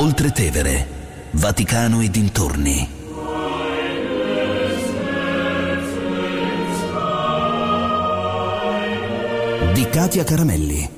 Oltre Tevere, Vaticano e dintorni. Di Katia Caramelli.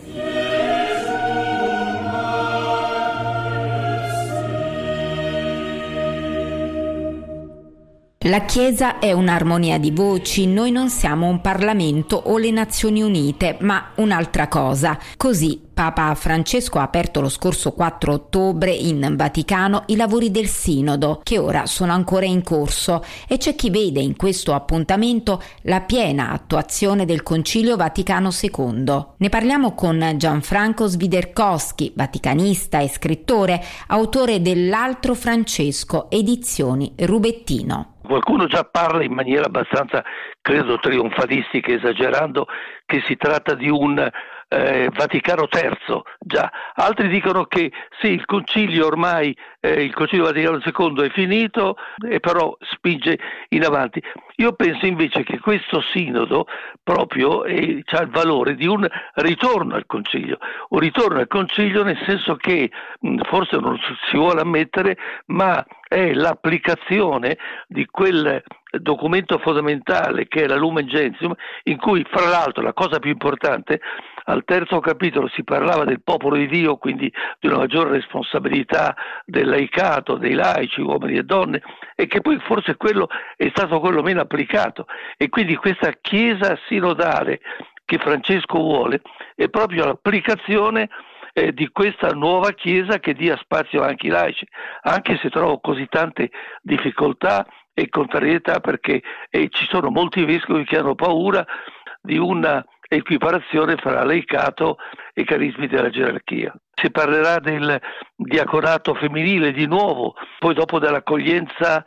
La Chiesa è un'armonia di voci, noi non siamo un Parlamento o le Nazioni Unite, ma un'altra cosa. Così Papa Francesco ha aperto lo scorso 4 ottobre in Vaticano i lavori del Sinodo, che ora sono ancora in corso, e c'è chi vede in questo appuntamento la piena attuazione del Concilio Vaticano II. Ne parliamo con Gianfranco Swiderkowski, vaticanista e scrittore, autore dell'Altro Francesco, edizioni Rubettino. Qualcuno già parla in maniera abbastanza, credo, trionfalistica, esagerando, che si tratta di un Vaticano III. Già, altri dicono che sì, il Concilio ormai, il Concilio Vaticano II è finito, e però spinge in avanti. Io penso invece che questo sinodo proprio ha il valore di un ritorno al Concilio, nel senso che forse non si vuole ammettere, ma è l'applicazione di quel documento fondamentale che è la Lumen Gentium, in cui fra l'altro la cosa più importante, al 3° capitolo si parlava del popolo di Dio, quindi di una maggiore responsabilità del laicato, dei laici, uomini e donne, e che poi forse quello è stato quello meno applicato, e quindi questa Chiesa sinodale che Francesco vuole è proprio l'applicazione di questa nuova Chiesa che dia spazio anche ai laici, anche se trovo così tante difficoltà e contrarietà, perché ci sono molti vescovi che hanno paura di una equiparazione fra laicato e carismi della gerarchia. Si parlerà del diaconato femminile di nuovo, poi dopo dell'accoglienza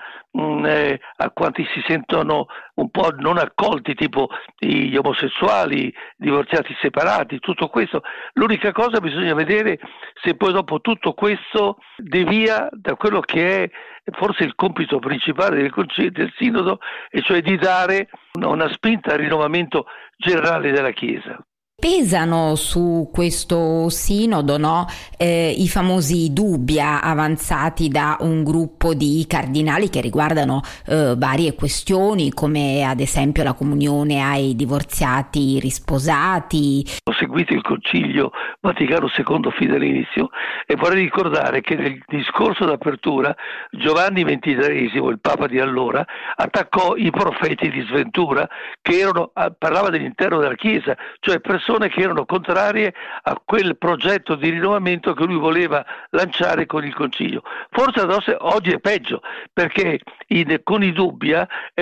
a quanti si sentono un po' non accolti, tipo gli omosessuali, divorziati separati, tutto questo. L'unica cosa, bisogna vedere se poi dopo tutto questo devia da quello che è forse il compito principale del Sinodo, e cioè di dare una spinta al rinnovamento generale della Chiesa. Pesano su questo sinodo, no? I famosi dubbi avanzati da un gruppo di cardinali che riguardano varie questioni, come ad esempio la comunione ai divorziati risposati. Ho seguito il Concilio Vaticano II fin dall'inizio, e vorrei ricordare che nel discorso d'apertura Giovanni XXIII, il Papa di allora, attaccò i profeti di sventura che parlava dell'interno della Chiesa, cioè persone che erano contrarie a quel progetto di rinnovamento che lui voleva lanciare con il Concilio. Forse oggi è peggio, perché con i Dubbia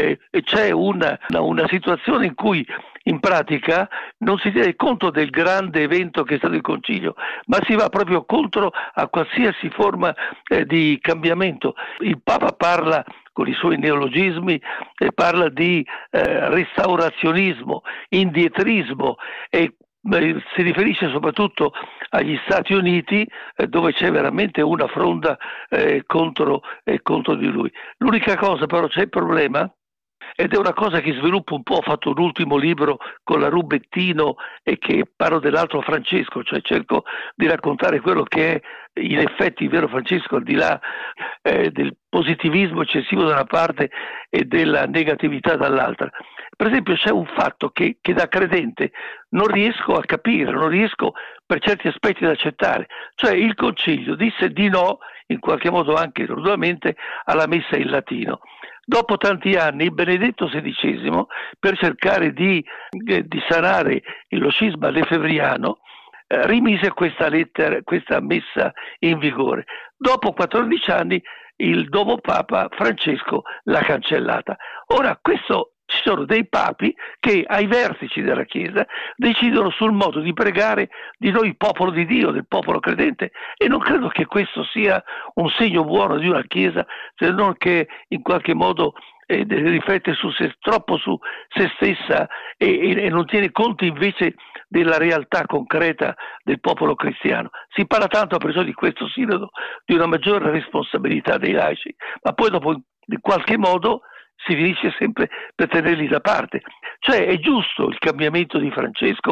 c'è una situazione in cui in pratica non si tiene conto del grande evento che è stato il Concilio, ma si va proprio contro a qualsiasi forma di cambiamento. Il Papa parla con i suoi neologismi, parla di restaurazionismo, indietrismo, e si riferisce soprattutto agli Stati Uniti, dove c'è veramente una fronda contro di lui. L'unica cosa però, c'è il problema, ed è una cosa che sviluppo un po', ho fatto un ultimo libro con la Rubettino e che parlo dell'Altro Francesco, cioè cerco di raccontare quello che è in effetti il vero Francesco, al di là del positivismo eccessivo da una parte e della negatività dall'altra. Per esempio c'è un fatto che da credente non riesco a capire, non riesco per certi aspetti ad accettare, cioè il Concilio disse di no, in qualche modo anche rudamente, alla messa in latino. Dopo tanti anni Benedetto XVI, per cercare di sanare lo scisma lefebvriano, rimise questa messa in vigore. Dopo 14 anni il nuovo Papa Francesco l'ha cancellata. Ora ci sono dei papi che ai vertici della Chiesa decidono sul modo di pregare di noi popolo di Dio, del popolo credente, e non credo che questo sia un segno buono di una Chiesa, se non che in qualche modo riflette troppo su se stessa e non tiene conto invece della realtà concreta del popolo cristiano. Si parla tanto, a proposito di questo sinodo, di una maggiore responsabilità dei laici, ma poi dopo in qualche modo si finisce sempre per tenerli da parte. Cioè è giusto il cambiamento di Francesco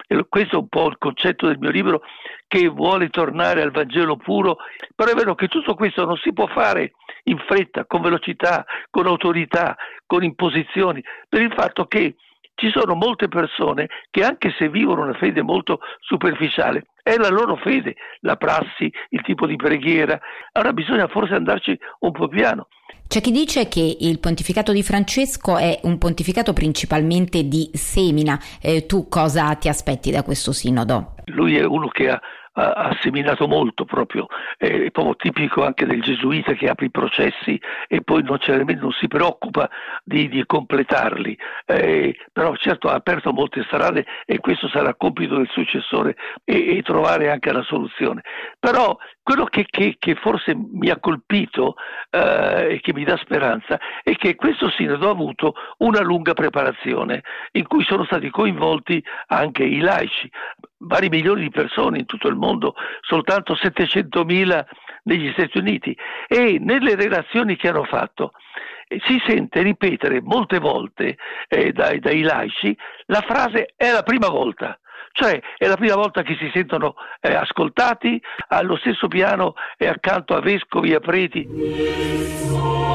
E questo è un po' il concetto del mio libro, che vuole tornare al Vangelo puro, però è vero che tutto questo non si può fare in fretta, con velocità, con autorità, con imposizioni, per il fatto che ci sono molte persone che, anche se vivono una fede molto superficiale, è la loro fede, la prassi, il tipo di preghiera. Allora bisogna forse andarci un po' piano. C'è chi dice che il pontificato di Francesco è un pontificato principalmente di semina. Tu cosa ti aspetti da questo sinodo? Lui è uno che ha seminato molto, proprio, è proprio tipico anche del gesuita che apre i processi e poi non si preoccupa di completarli, però certo ha aperto molte strade e questo sarà compito del successore e trovare anche la soluzione. Però quello che forse mi ha colpito e che mi dà speranza è che questo sinodo ha avuto una lunga preparazione in cui sono stati coinvolti anche i laici, vari milioni di persone in tutto il mondo, soltanto 700.000 negli Stati Uniti, e nelle relazioni che hanno fatto si sente ripetere molte volte dai laici la frase "è la prima volta". Cioè è la prima volta che si sentono ascoltati allo stesso piano e accanto a vescovi e a preti.